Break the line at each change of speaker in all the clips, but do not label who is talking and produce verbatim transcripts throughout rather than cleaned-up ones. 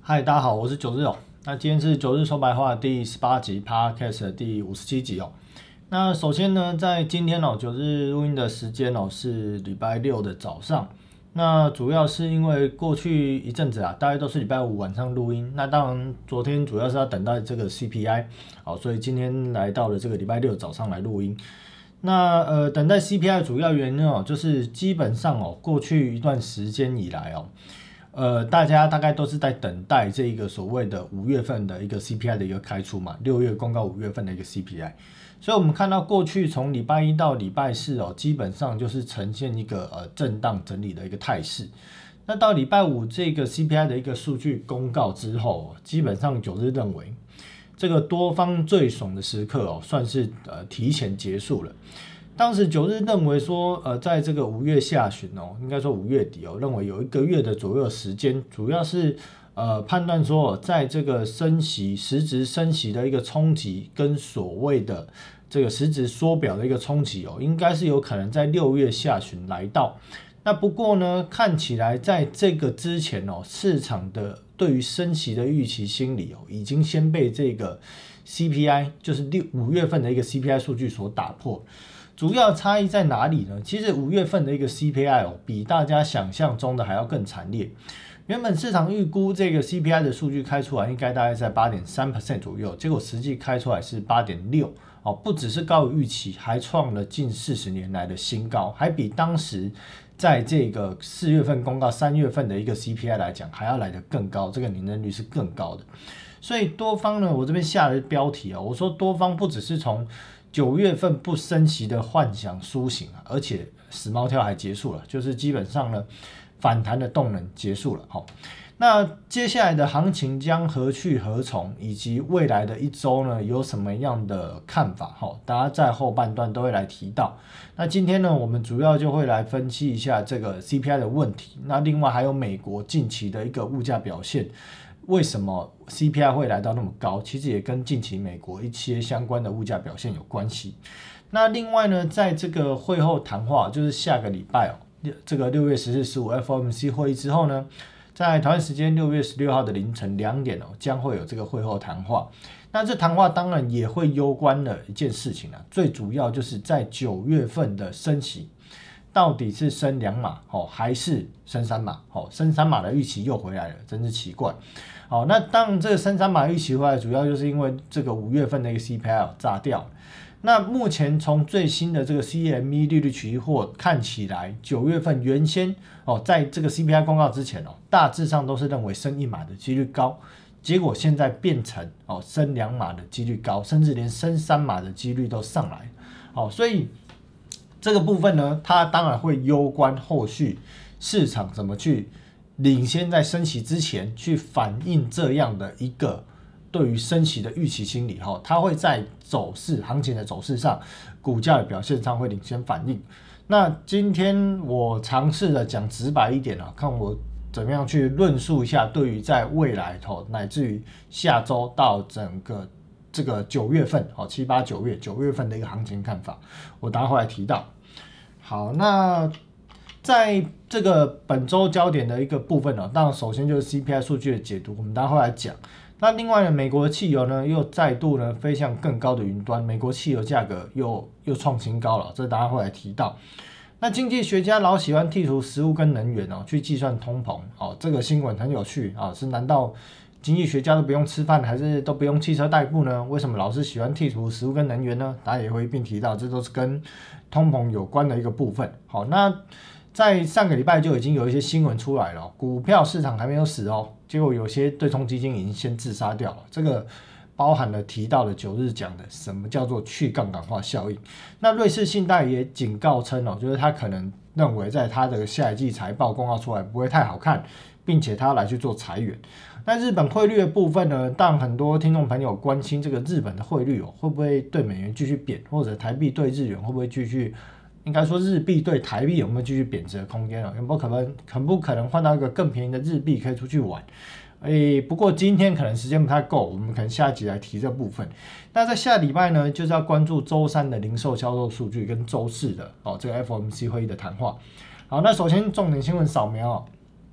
嗨，大家好，我是九日哦。那今天是九日说白话第十八集 Podcast 的第五十七集哦。那首先呢，在今天哦，九日录音的时间哦是礼拜六的早上。那主要是因为过去一阵子啊，大概都是礼拜五晚上录音。那当然，昨天主要是要等待这个 C P I， 好，所以今天来到了这个礼拜六早上来录音。那呃，等待 C P I 的主要原因哦，就是基本上哦，过去一段时间以来哦。呃，大家大概都是在等待这一个所谓的五月份的一个 C P I 的一个开出嘛，六月公告五月份的一个 C P I， 所以我们看到过去从礼拜一到礼拜四哦，基本上就是呈现一个呃震荡整理的一个态势。那到礼拜五这个 C P I 的一个数据公告之后，基本上九日认为这个多方最爽的时刻哦，算是呃提前结束了。当时九日认为说，呃，在这个五月下旬哦，应该说五月底哦，认为有一个月的左右的时间，主要是呃判断说，在这个升息实质升息的一个冲击，跟所谓的这个实质缩表的一个冲击哦，应该是有可能在六月下旬来到。那不过呢，看起来在这个之前哦，市场的对于升息的预期心理哦，已经先被这个 C P I， 就是六五月份的一个 C P I 数据所打破。主要差异在哪里呢？其实五月份的一个 C P I 哦，比大家想象中的还要更惨烈。原本市场预估这个 C P I 的数据开出来应该大概在 百分之八点三 左右，结果实际开出来是 百分之八点六， 哦，不只是高于预期，还创了近四十年来的新高，还比当时在这个四月份公告三月份的一个 C P I 来讲还要来得更高，这个年增率是更高的。所以多方呢，我这边下了标题哦，我说多方不只是从九月份不升息的幻想苏醒，而且死猫跳还结束了，就是基本上呢反弹的动能结束了。好，那接下来的行情将何去何从，以及未来的一周呢有什么样的看法？好，大家在后半段都会来提到。那今天呢，我们主要就会来分析一下这个 C P I 的问题，那另外还有美国近期的一个物价表现。为什么 C P I 会来到那么高？其实也跟近期美国一些相关的物价表现有关系。那另外呢，在这个会后谈话，就是下个礼拜哦，这个六月十四、十五 F O M C 会议之后呢，在台湾时间六月十六号的凌晨两点哦，将会有这个会后谈话。那这谈话当然也会攸关了一件事情啊，最主要就是在九月份的升息。到底是升两码、哦、还是升三码、哦、升三码的预期又回来了，真是奇怪。好，那当然这个升三码预期回来，主要就是因为这个五月份的一个 C P I 炸掉了。那目前从最新的这个 C M E 利率期货看起来，九月份原先哦，在这个 C P I 公告之前哦，大致上都是认为升一码的几率高，结果现在变成哦升两码的几率高，甚至连升三码的几率都上来。好，所以这个部分呢，它当然会攸关后续市场怎么去领先在升息之前去反映这样的一个对于升息的预期心理，它会在走势行情的走势上，股价的表现上会领先反应。那今天我尝试的讲直白一点啊，看我怎么样去论述一下对于在未来乃至于下周到整个这个九月份，七八九月九月份的一个行情看法，我等一下会来提到。好，那在这个本周焦点的一个部分呢，当然首先就是 C P I 数据的解读，我们等一下会来讲。那另外呢，美国的汽油呢又再度呢飞向更高的云端，美国汽油价格又又创新高了，这等一下会来提到。那经济学家老喜欢剔除食物跟能源哦，去计算通膨哦，这个新闻很有趣啊，是难道经济学家都不用吃饭，还是都不用汽车代步呢？为什么老是喜欢剔除食物跟能源呢？大家也会一并提到，这都是跟通膨有关的一个部分。好，那在上个礼拜就已经有一些新闻出来了，股票市场还没有死哦，结果有些对冲基金已经先自杀掉了。这个包含了提到的九日讲的什么叫做去杠杆化效应。那瑞士信贷也警告称哦，就是他可能认为在他的下一季财报公告出来不会太好看，并且他要来去做裁员。那日本汇率的部分呢，当然很多听众朋友关心这个日本的汇率哦，会不会对美元继续贬，或者台币对日元会不会继续，应该说日币对台币有没有继续贬值的空间哦？有没有可能可不可能换到一个更便宜的日币可以出去玩？诶，不过今天可能时间不太够，我们可能下一集来提这部分。那在下礼拜呢，就是要关注周三的零售销售数据跟周四的哦这个 F O M C 会议的谈话。好，那首先重点新闻扫描哦。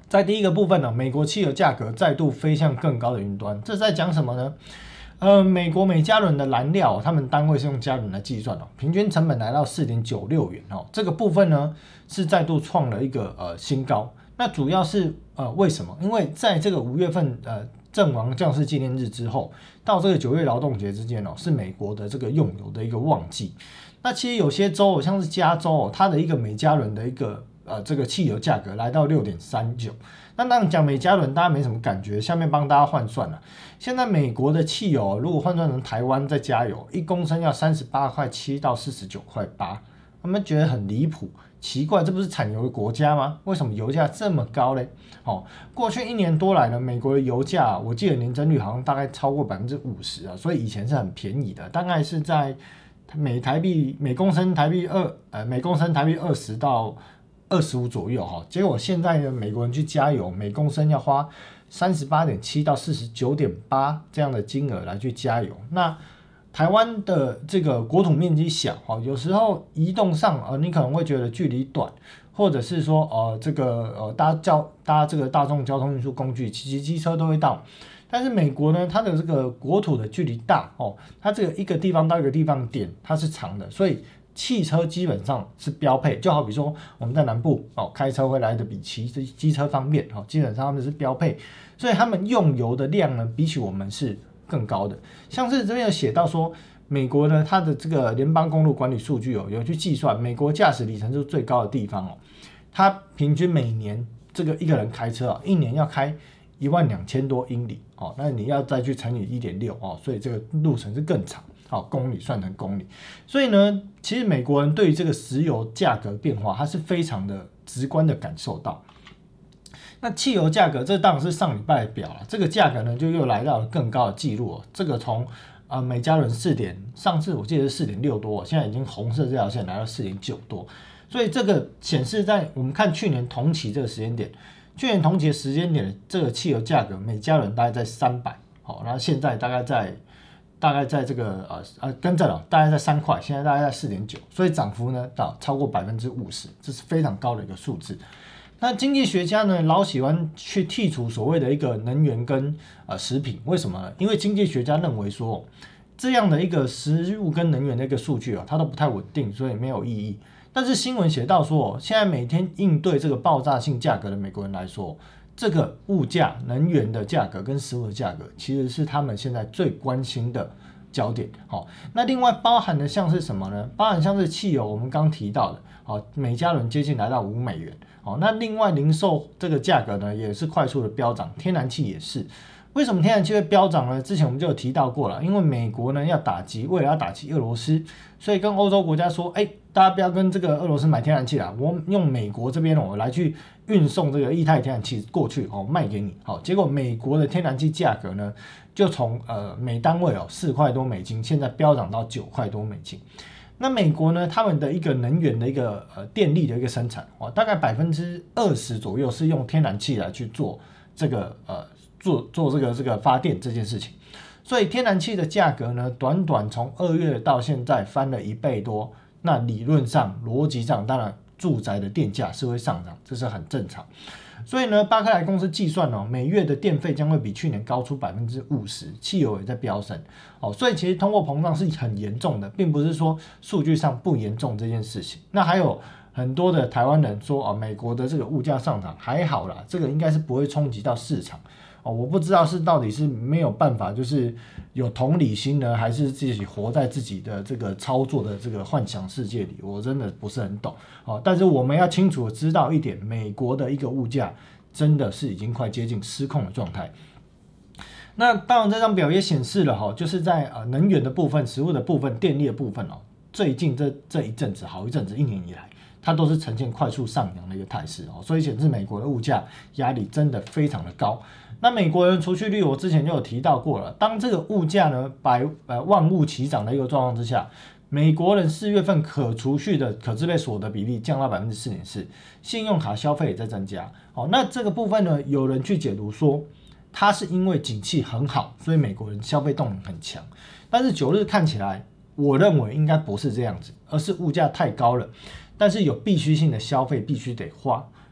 在第一个部分呢，美国汽油价格再度飞向更高的云端，这是在讲什么呢？呃，美国每加仑的燃料，他们单位是用加仑来计算哦，平均成本来到 四点九六元哦，这个部分呢是再度创了一个呃新高。那主要是呃为什么？因为在这个五月份呃阵亡将士纪念日之后，到这个九月劳动节之间哦，是美国的这个用油的一个旺季。那其实有些州，像是加州哦，它的一个每加仑的一个呃这个汽油价格来到 六点三九。那当然讲每加仑大家没什么感觉，下面帮大家换算了。现在美国的汽油如果换算成台湾在加油，一公升要三十八块七到四十九块八，他们觉得很离谱，奇怪，这不是产油的国家吗？为什么油价这么高嘞？哦，过去一年多来呢，美国的油价，我记得年增率好像大概超过百分之五十啊，所以以前是很便宜的，大概是在每台币每公升台币二呃每公升台币二十到二十五左右哈，结果现在呢，美国人去加油，每公升要花三十八点七到四十九点八这样的金额来去加油。那台湾的这个国土面积小哈，有时候移动上呃，你可能会觉得距离短，或者是说呃这个呃搭交搭这个大众交通运输工具，骑骑机车都会到。但是美国呢，它的这个国土的距离大哦，它这个一个地方到一个地方点它是长的，所以汽车基本上是标配，就好比说我们在南部哦，开车会来的比骑机车方便哦，基本上他们是标配，所以他们用油的量呢，比起我们是更高的。像是这边有写到说，美国呢，它的这个联邦公路管理数据哦，有去计算美国驾驶里程数最高的地方哦，它平均每年这个一个人开车啊，一年要开一万两千多英里哦，那你要再去乘以 一点六 哦，所以这个路程是更长。好，公里算成公里，所以呢，其实美国人对于这个石油价格变化，他是非常的直观的感受到。那汽油价格，这当然是上礼拜的表了，这个价格呢就又来到了更高的记录哦。这个从呃每加仑四点，上次我记得是四点六多，现在已经红色这条线来到四点九多，所以这个显示在我们看去年同期这个时间点，去年同期的时间点的这个汽油价格每加仑大概在三百，好，然后现在大概在。大概在这个呃呃更正了，大概在三块，现在大概在四点九，所以涨幅呢到超过百分之五十，这是非常高的一个数字。那经济学家呢老喜欢去剔除所谓的一个能源跟呃食品，为什么呢？因为经济学家认为说这样的一个食物跟能源的一个数据啊，它都不太稳定，所以没有意义。但是新闻写到说，现在每天应对这个爆炸性价格的美国人来说，这个物价、能源的价格跟食物的价格，其实是他们现在最关心的焦点。好，那另外包含的像是什么呢？包含像是汽油，我们刚提到的，好，每加仑接近来到五美元。好，那另外零售这个价格呢，也是快速的飙涨，天然气也是。为什么天然气会飙涨呢？之前我们就有提到过了，因为美国呢要打击，为了要打击俄罗斯，所以跟欧洲国家说，哎，大家不要跟这个俄罗斯买天然气啦，我用美国这边我来去运送这个液态天然气过去哦，卖给你。好，结果美国的天然气价格呢，就从呃每单位哦四块多美金，现在飙涨到九块多美金。那美国呢，他们的一个能源的一个呃电力的一个生产哦，大概百分之二十左右是用天然气来去做这个呃。做做这个这个发电这件事情，所以天然气的价格呢，短短从二月到现在翻了一倍多。那理论上、逻辑上，当然住宅的电价是会上涨，这是很正常。所以呢，巴克莱公司计算哦，每月的电费将会比去年高出百分之五十，汽油也在飙升哦。所以其实通货膨胀是很严重的，并不是说数据上不严重这件事情。那还有很多的台湾人说哦，美国的这个物价上涨还好啦，这个应该是不会冲击到市场。哦，我不知道是到底是没有办法，就是有同理心呢，还是自己活在自己的这个操作的这个幻想世界里，我真的不是很懂。哦，但是我们要清楚的知道一点，美国的一个物价真的是已经快接近失控的状态。那当然，这张表也显示了哈，就是在呃能源的部分、食物的部分、电力的部分哦，最近这这一阵子，好一阵子，一年以来，它都是呈现快速上扬的一个态势哦，所以显示美国的物价压力真的非常的高。那美国人储蓄率，我之前就有提到过了。当这个物价呢百呃万物齐涨的一个状况之下，美国人四月份可储蓄的可支配所得比例降到百分之四点四，信用卡消费也在增加。好，那这个部分呢，有人去解读说，它是因为景气很好，所以美国人消费动能很强。但是九日看起来，我认为应该不是这样子，而是物价太高了，但是有必须性的消费必须得花。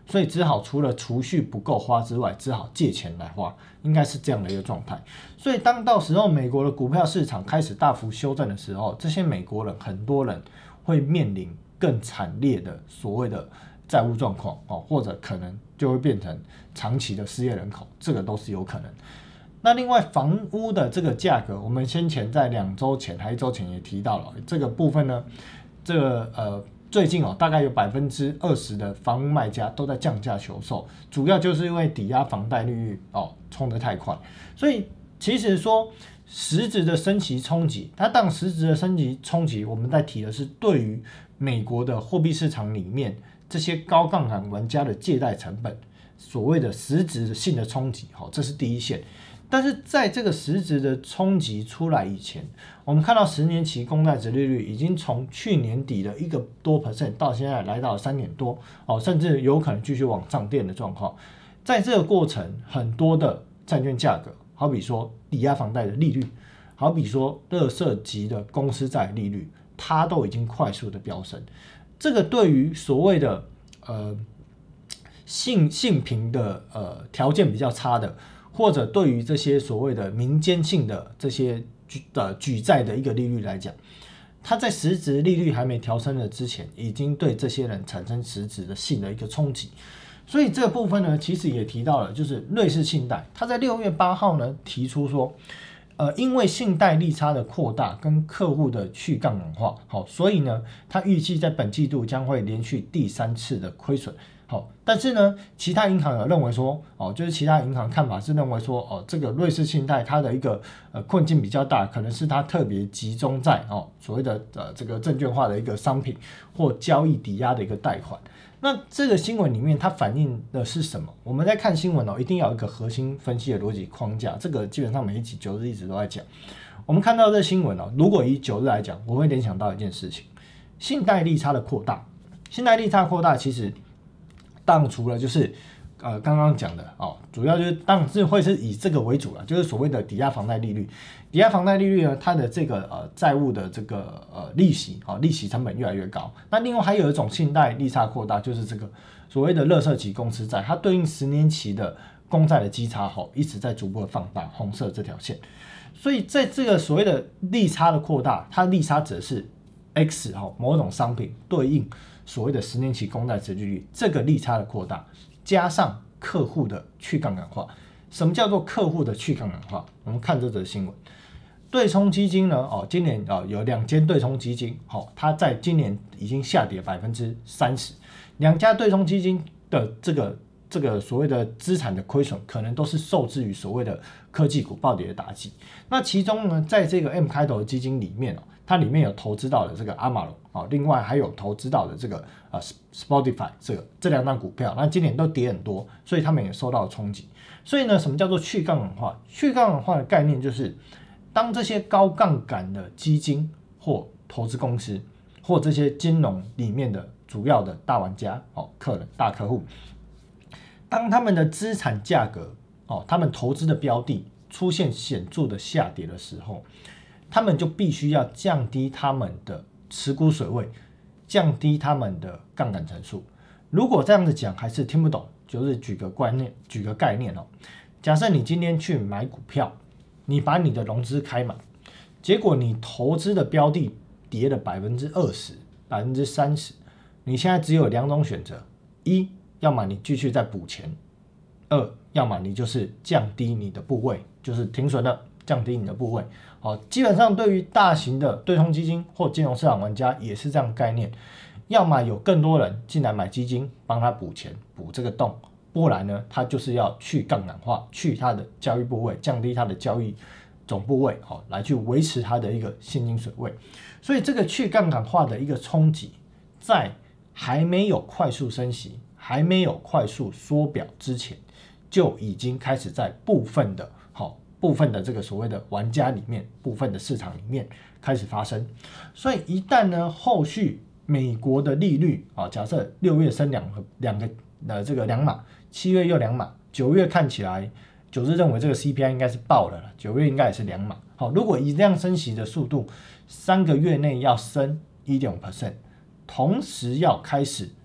所以只好除了储蓄不够花之外，只好借钱来花，应该是这样的一个状态。所以当到时候美国的股票市场开始大幅修正的时候，这些美国人很多人会面临更惨烈的所谓的债务状况哦，或者可能就会变成长期的失业人口，这个都是有可能。那另外房屋的这个价格，我们先前在两周前还一周前也提到了这个部分呢，这个呃最近哦大概有百分之二十的房屋卖家都在降价求售，主要就是因为抵押房贷利率哦冲得太快，所以其实说实质的升息冲击，它当实质的升息冲击，我们在提的是对于美国的货币市场里面这些高杠杆玩家的借贷成本，所谓的实质性的冲击，好，这是第一线。但是在这个实质的冲击出来以前，我们看到十年期公债殖利率已经从去年底的一个多 percent 到现在来到三点多，哦，甚至有可能继续往上垫的状况。在这个过程，很多的债券价格，好比说抵押房贷的利率，好比说垃圾级的公司债利率，它都已经快速的飙升。这个对于所谓的呃性性平的呃条件比较差的，或者对于这些所谓的民间性的这些举呃举债的一个利率来讲，它在实质利率还没调升的之前，已经对这些人产生实质的性的一个冲击。所以这个部分呢，其实也提到了，就是瑞士信贷，它在六月八号呢提出说，呃，因为信贷利差的扩大跟客户的去杠杆化，好，所以呢，它预计在本季度将会连续第三次的亏损。好，但是呢，其他银行有认为说，哦，就是其他银行看法是认为说，哦，这个瑞士信贷它的一个呃困境比较大，可能是它特别集中在哦所谓的呃这个证券化的一个商品或交易抵押的一个贷款。那这个新闻里面它反映的是什么？我们在看新闻哦，一定要有一个核心分析的逻辑框架。这个基本上每一集九日一直都在讲。我们看到这新闻哦，如果以九日来讲，我会联想到一件事情：信贷利差的扩大。信贷利差扩大其实。当然除了就是呃刚刚讲的哦，主要就是当然是会是以这个为主了，就是所谓的抵押房贷利率。抵押房贷利率呢，它的这个呃债务的这个呃利息啊、哦，利息成本越来越高。那另外还有一种信贷利差扩大，就是这个所谓的垃圾级公司债，它对应十年期的公债的基差吼一直在逐步的放大，红色这条线。所以在这个所谓的利差的扩大，它利差指的是 X 哈、哦、某种商品对应。所谓的十年期公债殖利率，这个利差的扩大，加上客户的去杠杆化。什么叫做客户的去杠杆化？我们看这则新闻，对冲基金呢，哦，今年哦有两间对冲基金，哦，它在今年已经下跌百分之三十，两家对冲基金的这个这个所谓的资产的亏损，可能都是受制于所谓的科技股暴跌的打击。那其中呢，在这个 M 开头的基金里面哦。它里面有投资到的这个阿玛龙啊，另外还有投资到的这个呃 Spotify 这个这两档股票，那今年都跌很多，所以他们也受到了冲击。所以呢，什么叫做去杠杆化？去杠杆化的概念就是，当这些高杠杆的基金或投资公司或这些金融里面的主要的大玩家哦，客人大客户，当他们的资产价格哦，他们投资的标的出现显著的下跌的时候。他们就必须要降低他们的持股水位，降低他们的杠杆乘数。如果这样子讲还是听不懂，就是举个概念，举个概念哦。假设你今天去买股票，你把你的融资开满，结果你投资的标的跌了百分之二十、百分之三十，你现在只有两种选择：一，要么你继续再补钱；二，要么你就是降低你的部位，就是停损了。降低你的部位，好，基本上对于大型的对冲基金或金融市场玩家也是这样的概念，要么有更多人进来买基金帮他补钱补这个洞，不然呢，他就是要去杠杆化，去他的交易部位，降低他的交易总部位，好，来去维持他的一个现金水位。所以这个去杠杆化的一个冲击，在还没有快速升息、还没有快速缩表之前，就已经开始在部分的好。部分的这个所谓的玩家里面，部分的市场里面开始发生，所以一旦呢，后续美国的利率啊，假设六月升两个两个呃这个两码，七月又两码，九月看起来九日认为这个 C P I 应该是爆了了，九月应该也是两码。好，如果以这样升息的速度，三个月内要升 百分之一点五， 同时要开始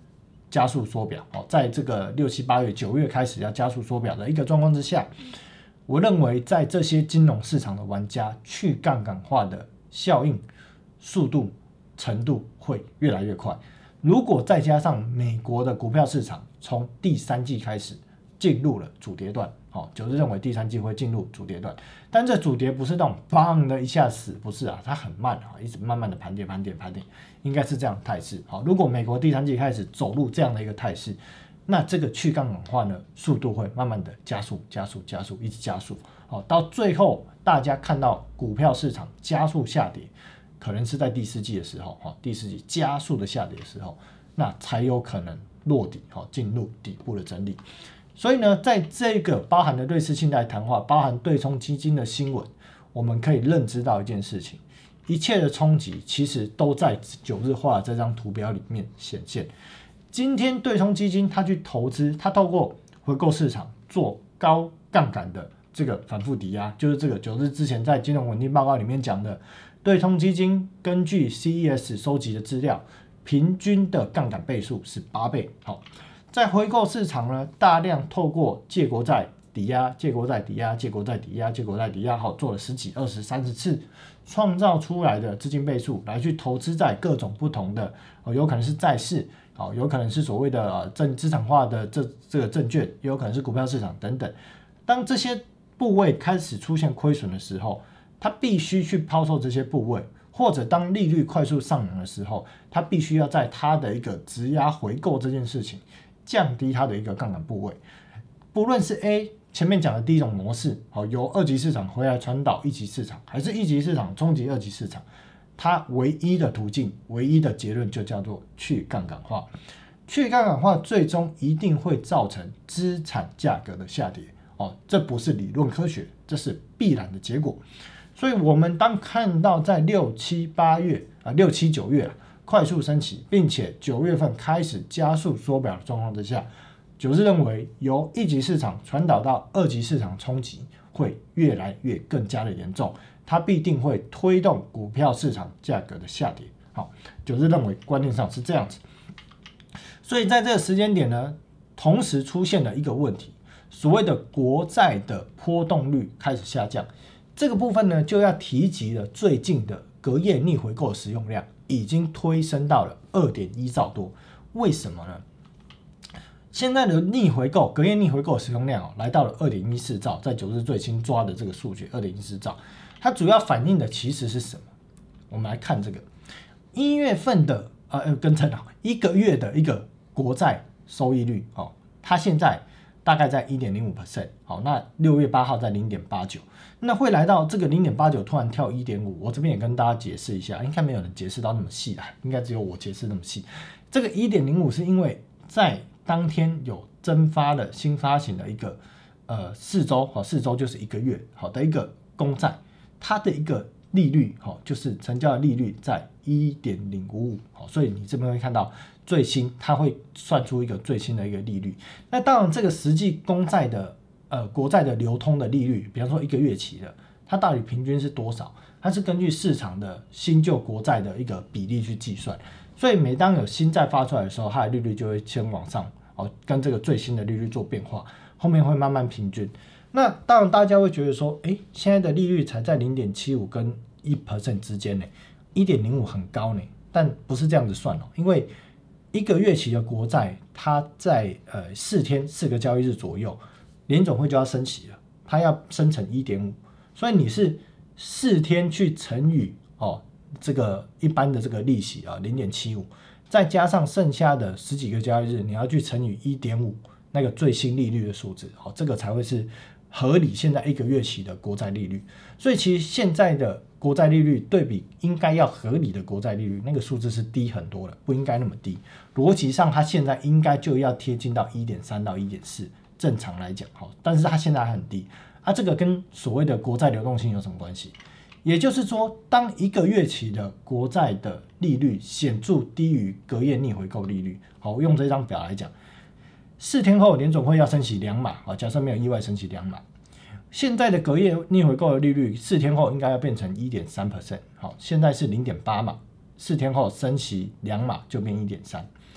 加速缩表，在这个六七八月、九月开始要加速缩表的一个状况之下，我认为在这些金融市场的玩家去杠杆化的效应、速度、程度会越来越快。如果再加上美国的股票市场从第三季开始进入了主跌段，好，九日认为第三季会进入主跌段，但这主跌不是那种砰的一下死，不是啊，它很慢啊，一直慢慢的盘点、盘点、盘点，应该是这样的态势。好，如果美国第三季开始走入这样的一个态势，那这个去杠杆化呢，速度会慢慢的加速、加速、加速，一直加速。好，到最后大家看到股票市场加速下跌，可能是在第四季的时候，哈，第四季加速的下跌的时候，那才有可能落底，哈，进入底部的整理。所以呢，在这个包含了瑞士信贷谈话、包含对冲基金的新闻，我们可以认知到一件事情：一切的冲击其实都在九日画这张图表里面显现。今天对冲基金它去投资，它透过回购市场做高杠杆的这个反复抵押，就是这个九日之前在金融稳定报告里面讲的，对冲基金根据 C E S 收集的资料，平均的杠杆倍数是八倍。好。在回购市场呢，大量透过借国债抵押、借国债抵押、借国债抵押、借国债抵押，好，做了十几、二十、三十次，创造出来的资金倍数来去投资在各种不同的，哦，有可能是债市，哦，有可能是所谓的呃正资产化的这这个证券，也有可能是股票市场等等。当这些部位开始出现亏损的时候，它必须去抛售这些部位。或者当利率快速上扬的时候，它必须要在它的一个质押回购这件事情降低它的一个杠杆部位。不论是 A 前面讲的第一种模式，好，由二级市场回来传导一级市场，还是一级市场冲击二级市场，它唯一的途径、唯一的结论就叫做去杠杆化。去杠杆化最终一定会造成资产价格的下跌，哦，这不是理论科学，这是必然的结果。所以我们当看到在六七八月啊六七九月、啊、快速升息，并且九月份开始加速缩表的状况之下，九日认为由一级市场传导到二级市场冲击会越来越更加的严重，它必定会推动股票市场价格的下跌。好，九日认为观念上是这样子。所以在这个时间点呢，同时出现了一个问题，所谓的国债的波动率开始下降。这个部分呢，就要提及了最近的隔夜逆回购使用量已经推升到了 二点一兆多。为什么呢？现在的逆回购隔夜逆回购使用量、哦、来到了 二点一四兆，在九日最新抓的这个数据 二点一四兆，它主要反映的其实是什么？我们来看这个一月份的呃跟正好一个月的一个国债收益率、哦、它现在大概在 百分之一点零五， 好，那六月八号在 零点八九， 那会来到这个 零点八九 突然跳 一点五， 我这边也跟大家解释一下，应该没有人解释到那么细啦，应该只有我解释那么细。这个 一点零五 是因为在当天有增发了新发行的一个呃四周，好，四周就是一个月好的一个公债，它的一个利率好就是成交的利率在 一点零五五， 好，所以你这边会看到最新它会算出一个最新的一个利率。那当然这个实际公债的呃国债的流通的利率，比方说一个月期的，它到底平均是多少？它是根据市场的新旧国债的一个比例去计算，所以每当有新债发出来的时候，它的利率就会先往上，哦，跟这个最新的利率做变化，后面会慢慢平均。那当然大家会觉得说，诶，现在的利率才在 零点七五 跟 百分之一 之间呢， 一点零五 很高呢，但不是这样子算哦，因为一个月期的国债，它在呃四天四个交易日左右，联总会就要升息了，它要升成 一点五， 所以你是四天去乘以哦这个一般的这个利息啊 零点七五， 再加上剩下的十几个交易日，你要去乘以 一点五 那个最新利率的数字，哦，这个才会是合理现在一个月期的国债利率。所以其实现在的国债利率对比应该要合理的国债利率，那个数字是低很多了，不应该那么低。逻辑上它现在应该就要贴近到 一点三 到 一点四， 正常来讲，但是它现在还很低啊，这个跟所谓的国债流动性有什么关系？也就是说，当一个月期的国债的利率显著低于隔夜逆回购利率，好，我用这张表来讲，四天后联总会要升息两码，假设没有意外升息两码，现在的隔夜逆回购的利率四天后应该要变成 一点三 百分之一， 好，现在是 零点八 码，四天后升息两码就变 一点三。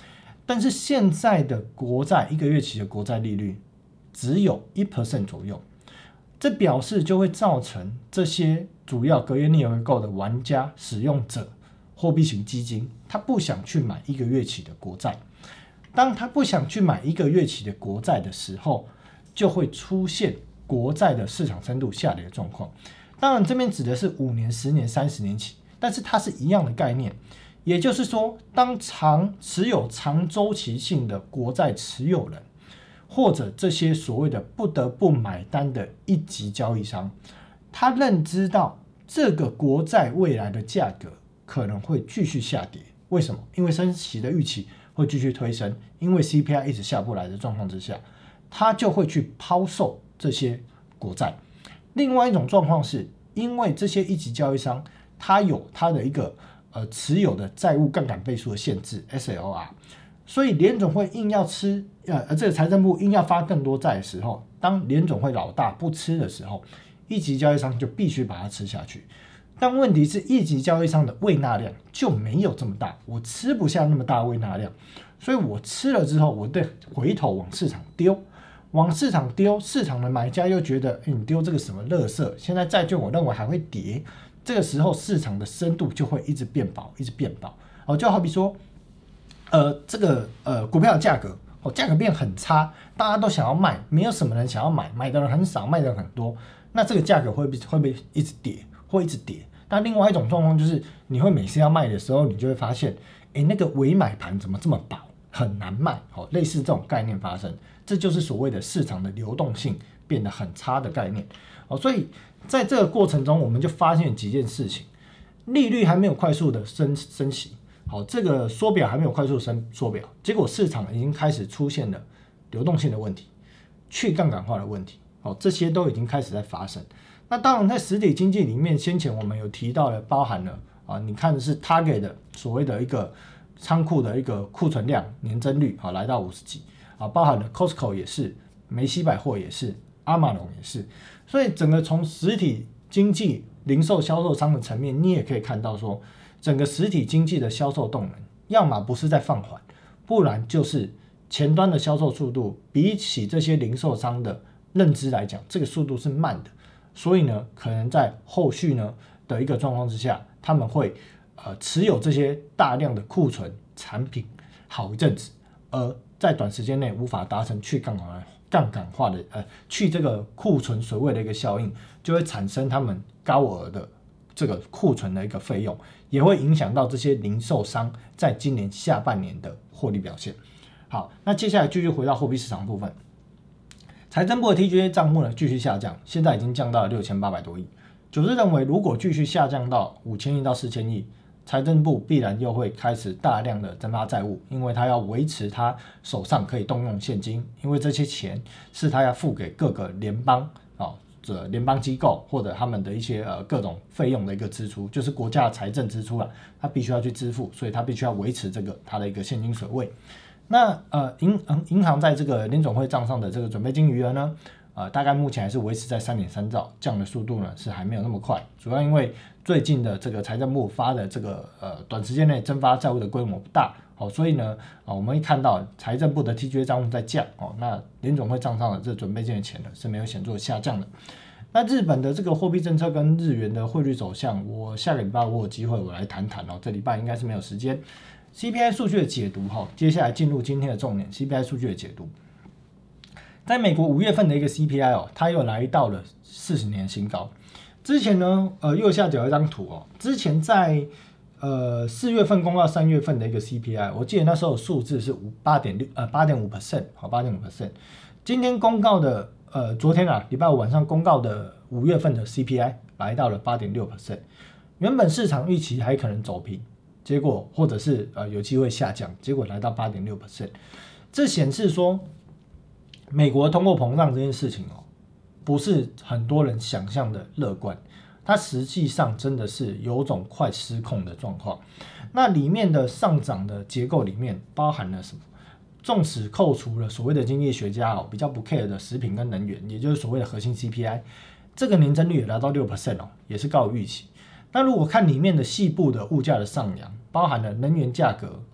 但是现在的国债一个月期的国债利率只有 百分之一 左右，这表示就会造成这些主要隔夜逆回购的玩家使用者货币型基金，他不想去买一个月期的国债。当他不想去买一个月期的国债的时候，就会出现国债的市场深度下跌的状况。当然这边指的是五年、十年、三十年期，但是它是一样的概念。也就是说，当长持有长周期性的国债持有人，或者这些所谓的不得不买单的一级交易商，他认知到这个国债未来的价格可能会继续下跌。为什么？因为升息的预期会继续推升，因为 C P I 一直下不来的状况之下，他就会去抛售这些国债。另外一种状况是，因为这些一级交易商他有他的一个呃持有的债务杠杆倍数的限制 S L R， 所以联总会硬要吃呃这个财政部硬要发更多债的时候，当联总会老大不吃的时候，一级交易商就必须把它吃下去。但问题是，一级交易商的胃纳量就没有这么大，我吃不下那么大的胃纳量，所以我吃了之后，我得回头往市场丢，往市场丢，市场的买家又觉得，欸、你丢这个什么垃圾？现在债券我认为还会跌，这个时候市场的深度就会一直变薄，一直变薄。哦，就好比说，呃，这个呃股票的价格，哦，价格变很差，大家都想要卖，没有什么人想要买，买的人很少，卖的人很多，那这个价格会不会会一直跌？会一直跌。那另外一种状况就是，你会每次要卖的时候，你就会发现，哎，那个尾买盘怎么这么薄，很难卖。哦，类似这种概念发生，这就是所谓的市场的流动性变得很差的概念。哦，所以在这个过程中，我们就发现几件事情：利率还没有快速的升升息，好，这个缩表还没有快速升缩表，结果市场已经开始出现了流动性的问题、去杠杆化的问题。哦，这些都已经开始在发生。那当然，在实体经济里面，先前我们有提到了，包含了啊，你看的是 Target 的所谓的一个仓库的一个库存量年增率啊，来到五十几啊，包含了 Costco 也是，梅西百货也是，阿玛龙也是，所以整个从实体经济零售销售商的层面，你也可以看到说，整个实体经济的销售动能，要么不是在放缓，不然就是前端的销售速度比起这些零售商的认知来讲，这个速度是慢的。所以呢，可能在后续呢的一个状况之下，他们会呃持有这些大量的库存产品好一阵子，而在短时间内无法达成去杠杆杠杆化的呃去这个库存水位的一个效应，就会产生他们高额的这个库存的一个费用，也会影响到这些零售商在今年下半年的获利表现。好，那接下来继续回到货币市场部分。财政部的 T G A 账户呢继续下降，现在已经降到了六千八百多亿。九日认为，如果继续下降到五千亿到四千亿，财政部必然又会开始大量的增发债务，因为他要维持他手上可以动用现金，因为这些钱是他要付给各个联邦啊，这联邦机构或者他们的一些呃各种费用的一个支出，就是国家的财政支出了，他必须要去支付，所以他必须要维持这个他的一个现金水位。那呃银银行在这个联总会账上的这个准备金余额呢，呃大概目前还是维持在 三点三兆，降的速度呢是还没有那么快，主要因为最近的这个财政部发的这个呃短时间内增发债务的规模不大，哦，所以呢啊、呃、我们会看到财政部的 T G A 账户在降，哦，那联总会账上的这准备金的钱呢是没有显著的下降的。那日本的这个货币政策跟日元的汇率走向，我下个礼拜我有机会我来谈谈哦，这礼拜应该是没有时间。C P I 数据的解读，接下来进入今天的重点 C P I 数据的解读。在美国五月份的一个 C P I 哦，它又来到了四十年新高。之前呢，呃，右下角一张图哦，之前在呃四月份公告三月份的一个 C P I， 我记得那时候数字是八点六呃八点五 percent， 好八点五 percent。今天公告的呃昨天啊礼拜五晚上公告的五月份的 C P I 来到了八点六 percent， 原本市场预期还可能走平。结果或者是呃有机会下降，结果来到 八点六 percent， 这显示说美国通货膨胀这件事情哦，不是很多人想象的乐观，它实际上真的是有种快失控的状况。那里面的上涨的结构里面包含了什么？纵使扣除了所谓的经济学家哦比较不 care 的食品跟能源，也就是所谓的核心 C P I， 这个年增率也来到 百分之六 哦，也是高于预期。那如果看里面的细部的物价的上扬，包含了能源价格哦，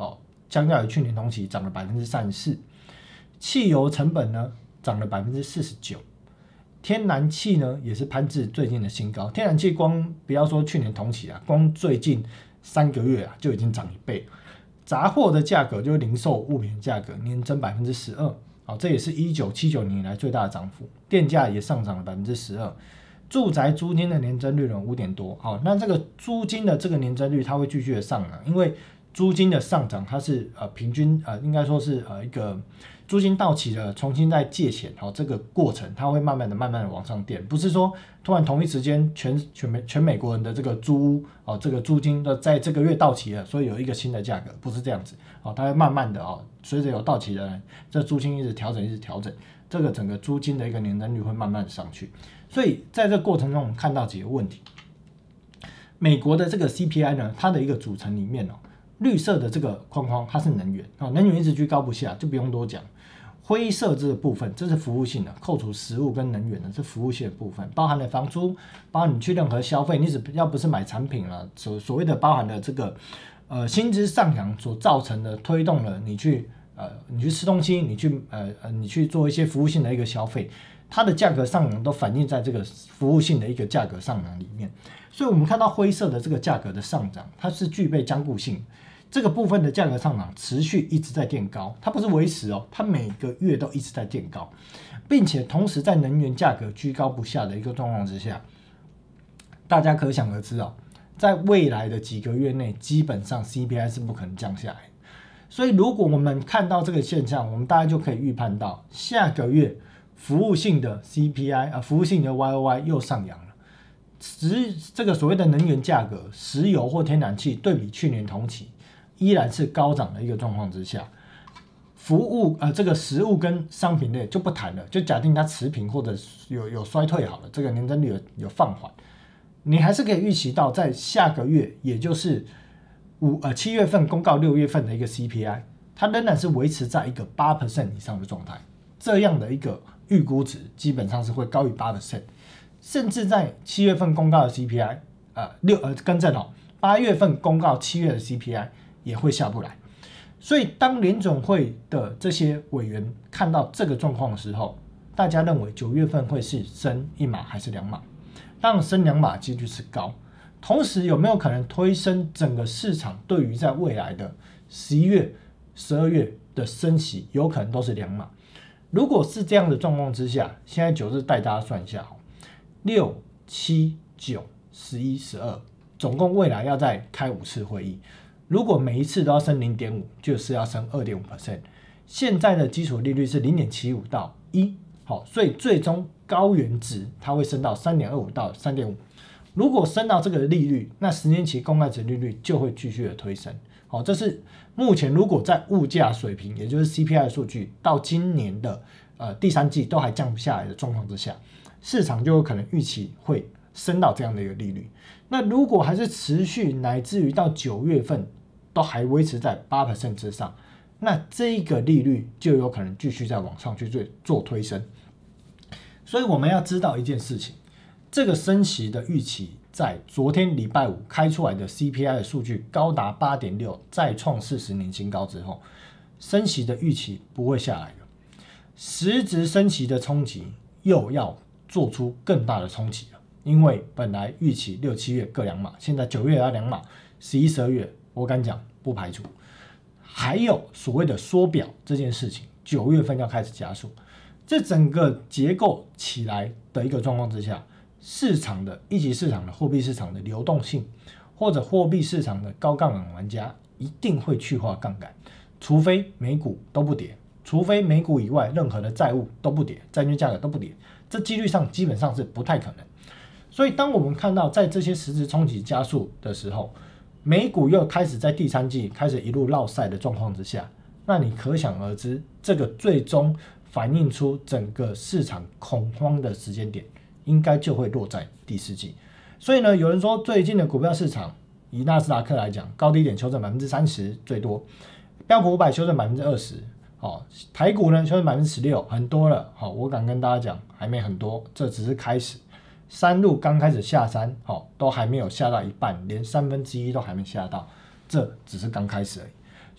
相较于去年同期涨了百分之三十四，汽油成本呢涨了百分之四十九，天然气呢也是攀至最近的新高。天然气光不要说去年同期啊，光最近三个月啊就已经涨一倍。杂货的价格就是零售物品的价格年增百分之十二，好，这也是一九七九年以来最大的涨幅。电价也上涨了百分之十二。住宅租金的年增率呢五点多，好，那这个租金的这个年增率它会继续的上涨，因为租金的上涨它是呃平均呃应该说是呃一个租金到期了重新再借钱，好，这个过程它会慢慢的慢慢的往上垫，不是说突然同一时间全全美全美国人的这个租屋哦这个租金的在这个月到期了，所以有一个新的价格，不是这样子，哦，它会慢慢的哦随着有到期的人，这租金一直调整一直调整，这个整个租金的一个年增率会慢慢的上去。所以在这个过程中，我们看到几个问题。美国的这个 C P I 呢，它的一个组成里面哦，绿色的这个框框它是能源哦，能源一直居高不下，就不用多讲。灰色这个部分，这是服务性的，扣除食物跟能源的，这服务性的部分，包含了房租，包含你去任何消费，你只要不是买产品了，所所谓的包含了这个呃薪资上扬所造成的，推动了你去呃你去吃东西，你去呃呃你去做一些服务性的一个消费。它的价格上扬都反映在这个服务性的一个价格上扬里面，所以我们看到灰色的这个价格的上涨，它是具备坚固性，这个部分的价格上涨持续一直在垫高，它不是维持哦，它每个月都一直在垫高，并且同时在能源价格居高不下的一个状况之下，大家可想而知哦，在未来的几个月内，基本上 C P I 是不可能降下来，所以如果我们看到这个现象，我们大家就可以预判到下个月。服务性的 C P I 啊，服务性的 Y O Y 又上扬了。石这个所谓的能源价格，石油或天然气对比去年同期依然是高涨的一个状况之下，服务呃这个食物跟商品类就不谈了，就假定它持平或者有有衰退好了，这个年增率有有放缓，你还是可以预期到在下个月，也就是五呃七月份公告六月份的一个 C P I， 它仍然是维持在一个 百分之八 以上的状态，这样的一个。预估值基本上是会高于 百分之八， 甚至在七月份公告的 C P I， 呃六呃更正哦，八月份公告七月的 C P I 也会下不来。所以当联准会的这些委员看到这个状况的时候，大家认为九月份会是升一码还是两码？当然升两码几率是高。同时有没有可能推升整个市场对于在未来的十一月、十二月的升息，有可能都是两码？如果是这样的状况之下，现在九日带大家算一下，六、七、九、十一、十二，总共未来要再开五次会议。如果每一次都要升 零点五， 就是要升 百分之二点五。现在的基础利率是 零点七五 到一，好，所以最终高原值它会升到 三点二五 到 三点五。如果升到这个利率，那十年期公债殖利率就会继续的推升。好，这是目前如果在物价水平，也就是 C P I 的数据到今年的呃第三季都还降不下来的状况之下，市场就有可能预期会升到这样的一个利率。那如果还是持续乃至于到九月份都还维持在 百分之八 之上，那这个利率就有可能继续再往上去做做推升。所以我们要知道一件事情，这个升息的预期。在昨天礼拜五开出来的 C P I 的数据高达 八点六， 再创四十年新高之后，升息的预期不会下来了，实质升息的冲击又要做出更大的冲击了，因为本来预期六七月各两码，现在九月要两码，十一、十二月我敢讲不排除，还有所谓的缩表这件事情，九月份要开始加速，这整个结构起来的一个状况之下。市场的一级市场的货币市场的流动性，或者货币市场的高杠杆玩家一定会去化杠杆，除非美股都不跌，除非美股以外任何的债务都不跌，债券价格都不跌，这几率上基本上是不太可能。所以当我们看到在这些实质冲击加速的时候，美股又开始在第三季开始一路落赛的状况之下，那你可想而知，这个最终反映出整个市场恐慌的时间点。应该就会落在第四季，所以呢，有人说最近的股票市场，以纳斯达克来讲，高低点修正百分之三十最多，标普五百修正百分之二十，哦，台股呢修正百分之十六，很多了，好、哦，我敢跟大家讲，还没很多，这只是开始，山路刚开始下山，好、哦，都还没有下到一半，连三分之一都还没下到，这只是刚开始而已。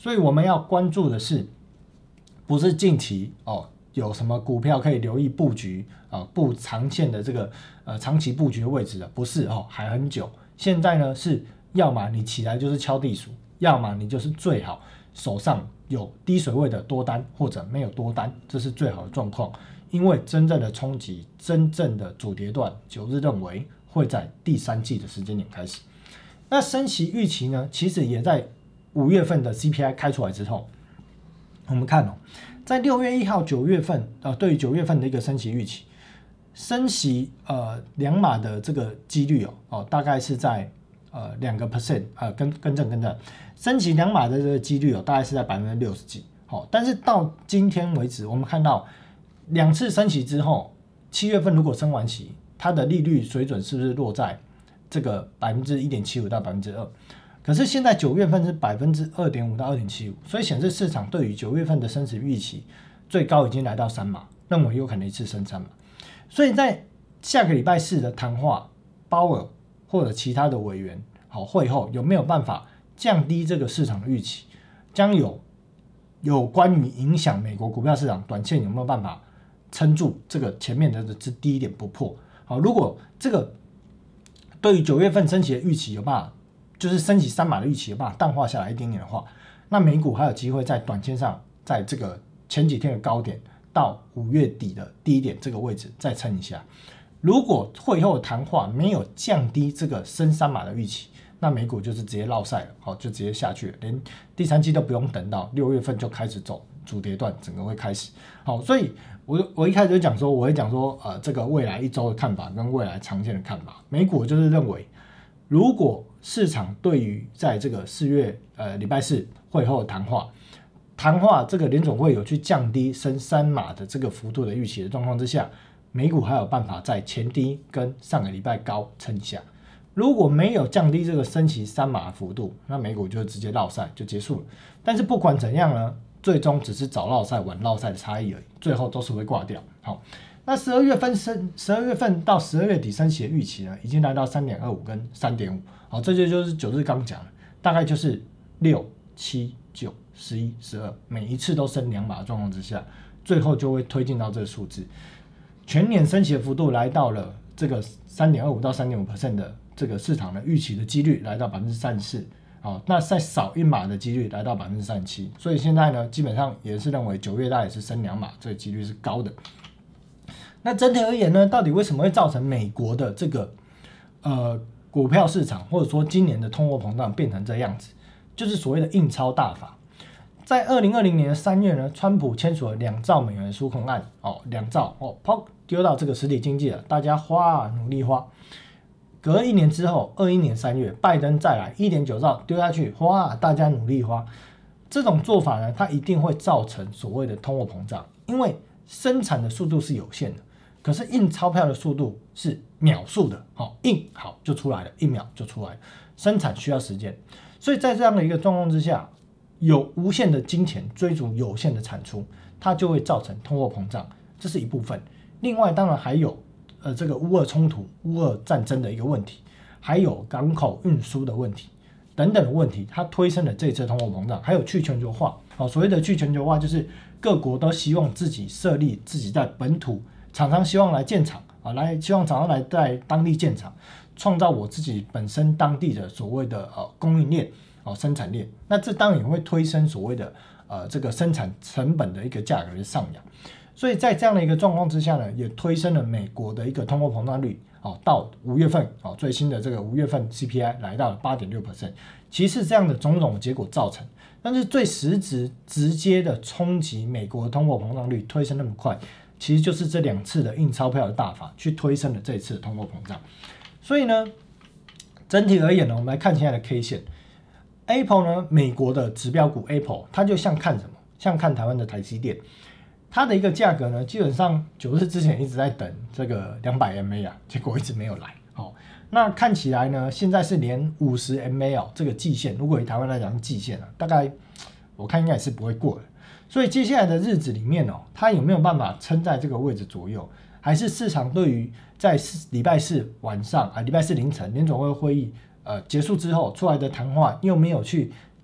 所以我们要关注的是，不是近期哦有什么股票可以留意布局啊，布长线的这个呃长期布局的位置的，不是哦，还很久。现在呢是要么你起来就是敲地鼠，要么你就是最好手上有低水位的多单或者没有多单，这是最好的状况。因为真正的冲击，真正的主跌段，九日认为会在第三季的时间点开始。那升息预期呢，其实也在五月份的 C P I 开出来之后，我们看哦，在六月一号、九月份，呃，对于九月份的一个升息预期，升息呃两码的这个几率哦，哦大概是在呃两个 percent， 呃跟更正更正，升息两码的这个几率哦，大概是在百分之六十几。好、哦，但是到今天为止，我们看到两次升息之后，七月份如果升完息，它的利率水准是不是落在这个百分之一点七五到百分之二？可是现在九月份是百分之二点五到二点七五，所以显示市场对于九月份的升息预期最高已经来到三码，认为有可能一次升三码。所以在下个礼拜四的谈话，鲍尔或者其他的委员好会后有没有办法降低这个市场的预期，将有有关于影响美国股票市场短线有没有办法撑住这个前面的这低点不破。好，如果这个对于九月份升息的预期有办法，就是升息三码的预期有办法淡化下来一点点的话，那美股还有机会在短线上，在这个前几天的高点到五月底的低点这个位置再撑一下。如果会后谈话没有降低这个升三码的预期，那美股就是直接落赛了，好，就直接下去了，连第三季都不用等到六月份就开始走主跌段，整个会开始。好，所以我我一开始就讲说，我会讲说，呃，这个未来一周的看法跟未来长线的看法，美股就是认为，如果市场对于在这个四月呃礼拜四会后的谈话，谈话这个联总会有去降低升三码的这个幅度的预期的状况之下，美股还有办法在前低跟上个礼拜高撑一下。如果没有降低这个升息三码的幅度，那美股就直接落赛就结束了。但是不管怎样呢，最终只是早落赛晚落赛的差异而已，最后都是会挂掉。好，那十二月份升十二月份到十二月底升息的预期呢，已经来到三点二五跟三点五。好，这就就是九日刚讲的，大概就是六七九十一十二，每一次都升两码的状况之下，最后就会推进到这个数字。全年升息的幅度来到了这个三点二五到三点五 percent 的这个市场的预期的几率来到百分之三十四。好，那再少一码的几率来到百分之三十七，所以现在呢，基本上也是认为九月大概也是升两码，这个几率是高的。那整体而言呢，到底为什么会造成美国的这个呃股票市场或者说今年的通货膨胀变成这样子？就是所谓的印钞大法。在二零二零年的三月呢，川普签署了两兆美元的纾困案，哦，两兆哦，抛丢到这个实体经济了，大家花努力花。隔一年之后，二一年三月，拜登再来一点九兆丢下去，花大家努力花。这种做法呢，它一定会造成所谓的通货膨胀，因为生产的速度是有限的，可是印钞票的速度是秒速的，好，印好就出来了，一秒就出来了。生产需要时间，所以在这样的一个状况之下，有无限的金钱追逐有限的产出，它就会造成通货膨胀，这是一部分。另外，当然还有呃这个乌俄冲突、乌俄战争的一个问题，还有港口运输的问题等等的问题，它推升了这一次通货膨胀，还有去全球化。好，所谓的去全球化，就是各国都希望自己设立自己在本土厂商，希望来建厂啊，来希望厂商来在当地建厂，创造我自己本身当地的所谓的呃供应链。哦，生产链，那这当然也会推升所谓的呃这个生产成本的一个价格的上扬，所以在这样的一个状况之下呢，也推升了美国的一个通货膨胀率，哦，到五月份，哦，最新的这个五月份 C P I 来到了 八点六 percent， 其实这样的种种结果造成，但是最实质直接的冲击美国的通货膨胀率推升那么快，其实就是这两次的印钞票的大法去推升了这一次的通货膨胀，所以呢，整体而言呢，我们来看现在的 K 线。Apple 呢，美国的指标股 Apple， 它就像看什么？像看台湾的台积电，它的一个价格呢，基本上九日之前一直在等这个两百 M A 啊，结果一直没有来。好，那看起来呢，现在是连五十 M A 哦，这个季线，如果以台湾来讲是季线啊，大概我看应该也是不会过的。所以接下来的日子里面哦，它有没有办法撑在这个位置左右？还是市场对于在礼拜四晚上啊，礼拜四凌晨联总会会议呃结束之后出来的谈话又没有去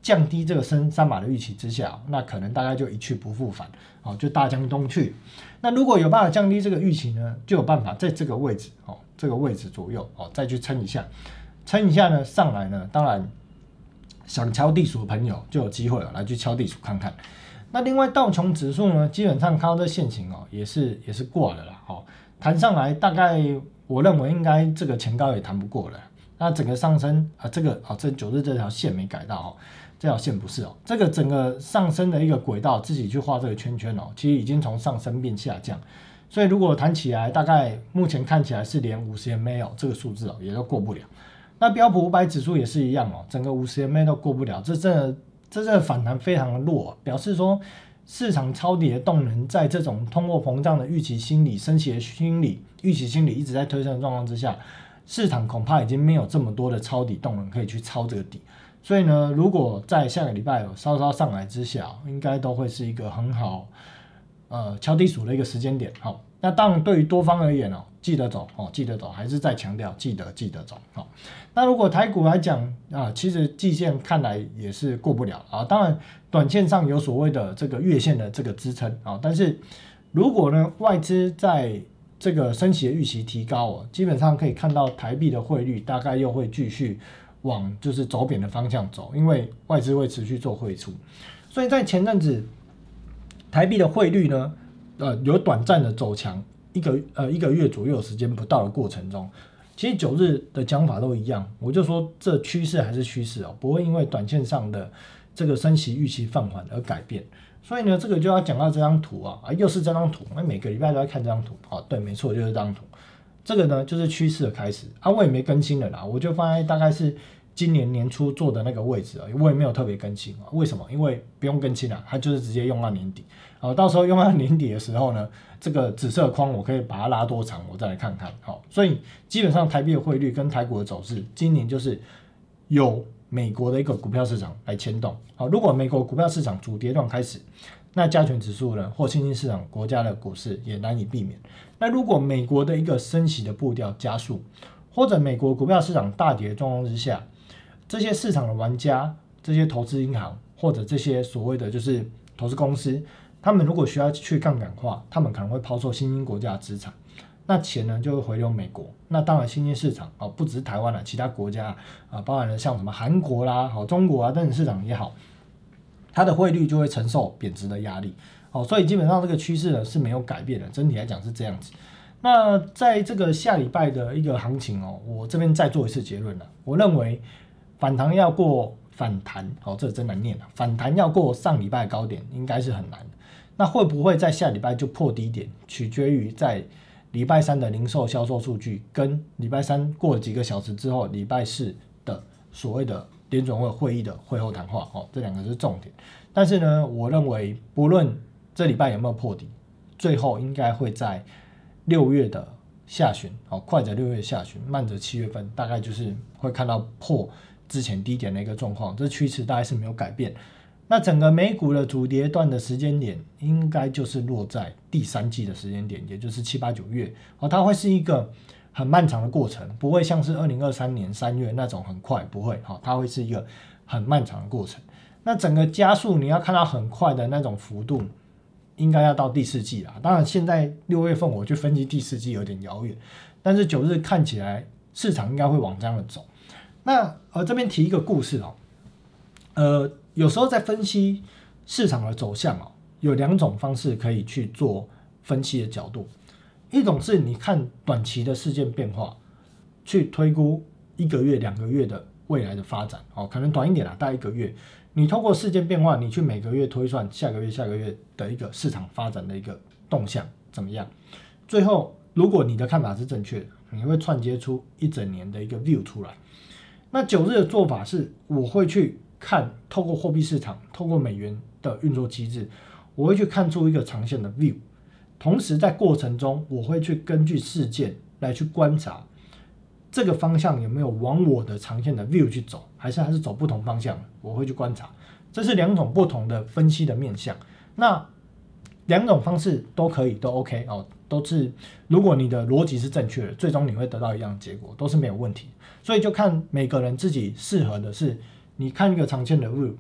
降低这个升三码的预期之下，那可能大概就一去不复返，哦，就大江东去。那如果有办法降低这个预期呢，就有办法在这个位置，哦，这个位置左右，哦，再去撑一下，撑一下呢，上来呢，当然想敲地鼠的朋友就有机会了，来去敲地鼠看看。那另外道琼指数呢，基本上看到这线型哦，也是也是挂了啦，哦，弹上来大概我认为应该这个前高也弹不过了。那整个上升啊，这个啊、哦，这九日这条线没改到哦，这条线不是哦，这个整个上升的一个轨道自己去画这个圈圈哦，其实已经从上升变下降，所以如果弹起来，大概目前看起来是连五十 M A 哦这个数字哦也都过不了。那标普五百指数也是一样哦，整个五十 M A 都过不了，这真的这真的反弹非常的弱、哦，表示说市场抄底的动能在这种通货膨胀的预期心理、升息的心理、预期心理一直在推升的状况之下。市场恐怕已经没有这么多的抄底动能可以去抄这个底，所以呢，如果在下个礼拜有稍稍上来之下，应该都会是一个很好呃敲地鼠的一个时间点。好，那当然对于多方而言哦，记得走哦，记得走，还是再强调记得记得走。好，那如果台股来讲啊，其实季线看来也是过不了啊，当然短线上有所谓的这个月线的这个支撑啊，但是如果呢外资在这个升息的预期提高哦，基本上可以看到台币的汇率大概又会继续往就是走贬的方向走，因为外资会持续做汇出，所以在前阵子台币的汇率呢，呃有短暂的走强，一个呃一个月左右时间不到的过程中，其实九日的讲法都一样，我就说这趋势还是趋势哦，不会因为短线上的这个升息预期放缓而改变。所以呢，这个就要讲到这张图啊，啊，又是这张图，那每个礼拜都在看这张图，啊，对，没错，就是这张图。这个呢，就是趋势的开始啊，我也没更新了啦，我就放在大概是今年年初做的那个位置啊，我也没有特别更新啊。为什么？因为不用更新了，它就是直接用到年底。好，到时候用到年底的时候呢，这个紫色框我可以把它拉多长，我再来看看。好，所以基本上台币的汇率跟台股的走势，今年就是有美国的一个股票市场来牵动。好，如果美国股票市场主跌段开始，那加权指数呢或新兴市场国家的股市也难以避免。那如果美国的一个升息的步调加速，或者美国股票市场大跌的状况之下，这些市场的玩家、这些投资银行或者这些所谓的就是投资公司，他们如果需要去杠杆化，他们可能会抛售新兴国家的资产。那钱呢就会回流美国，那当然新兴市场哦，不只是台湾啦，其他国家啊，包含了像什么韩国啦、好中国啊等等市场也好，它的汇率就会承受贬值的压力，哦，所以基本上这个趋势呢是没有改变的，整体来讲是这样子。那在这个下礼拜的一个行情哦，我这边再做一次结论了，我认为反弹要过反弹，哦，这真难念了，反弹要过上礼拜的高点应该是很难的。那会不会在下礼拜就破低点，取决于在礼拜三的零售销售数据跟礼拜三过了几个小时之后礼拜四的所谓的联准会会议的会后谈话，哦，这两个是重点。但是呢，我认为不论这礼拜有没有破底，最后应该会在六月的下旬，哦，快则六月下旬，慢则七月份，大概就是会看到破之前低点的一个状况，这趋势大概是没有改变。那整个美股的主跌段的时间点，应该就是落在第三季的时间点，也就是七八九月，哦，它会是一个很漫长的过程，不会像是二零二三年三月那种很快，不会，哦，它会是一个很漫长的过程。那整个加速你要看到很快的那种幅度，应该要到第四季啦。当然，现在六月份我去分析第四季有点遥远，但是九日看起来市场应该会往这样的走。那呃这边提一个故事哦，呃。有时候在分析市场的走向哦，有两种方式可以去做分析的角度。一种是你看短期的事件变化，去推估一个月、两个月的未来的发展哦，可能短一点啦，大概一个月。你透过事件变化，你去每个月推算下个月、下个月的一个市场发展的一个动向怎么样？最后，如果你的看法是正确的，你会串接出一整年的一个 view 出来。那九日的做法是，我会去看透过货币市场，透过美元的运作机制，我会去看出一个长线的 view， 同时在过程中我会去根据事件来去观察这个方向有没有往我的长线的 view 去走，还是还是走不同方向，我会去观察。这是两种不同的分析的面向，那两种方式都可以，都 OK 哦，都是如果你的逻辑是正确的，最终你会得到一样的结果，都是没有问题。所以就看每个人自己适合的是，你看一个长线的 view，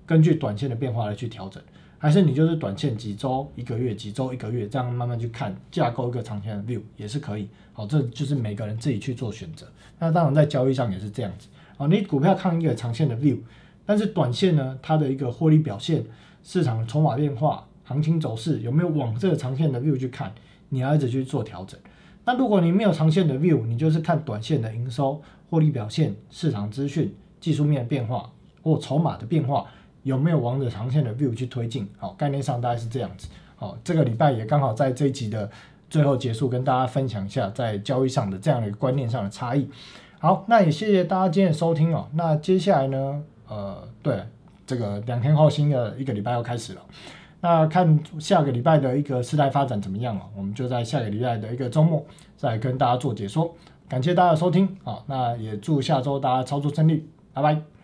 根据短线的变化来去调整，还是你就是短线几周、一个月、几周、一个月这样慢慢去看，架构一个长线的 view 也是可以。好，这就是每个人自己去做选择。那当然在交易上也是这样子。好，你股票看一个长线的 view， 但是短线呢，它的一个获利表现、市场的筹码变化、行情走势有没有往这个长线的 view 去看，你要一直去做调整。那如果你没有长线的 view， 你就是看短线的营收、获利表现、市场资讯、技术面的变化或筹码的变化，有没有往着长线的 view 去推进？好，概念上大概是这样子。好，这个礼拜也刚好在这一集的最后结束，跟大家分享一下在交易上的这样的一个观念上的差异。好，那也谢谢大家今天的收听哦。那接下来呢，呃，对，这个两天后新的一个礼拜要开始了。那看下个礼拜的一个事态发展怎么样哦，我们就在下个礼拜的一个周末再跟大家做解说。感谢大家的收听，好，那也祝下周大家操作顺利，拜拜。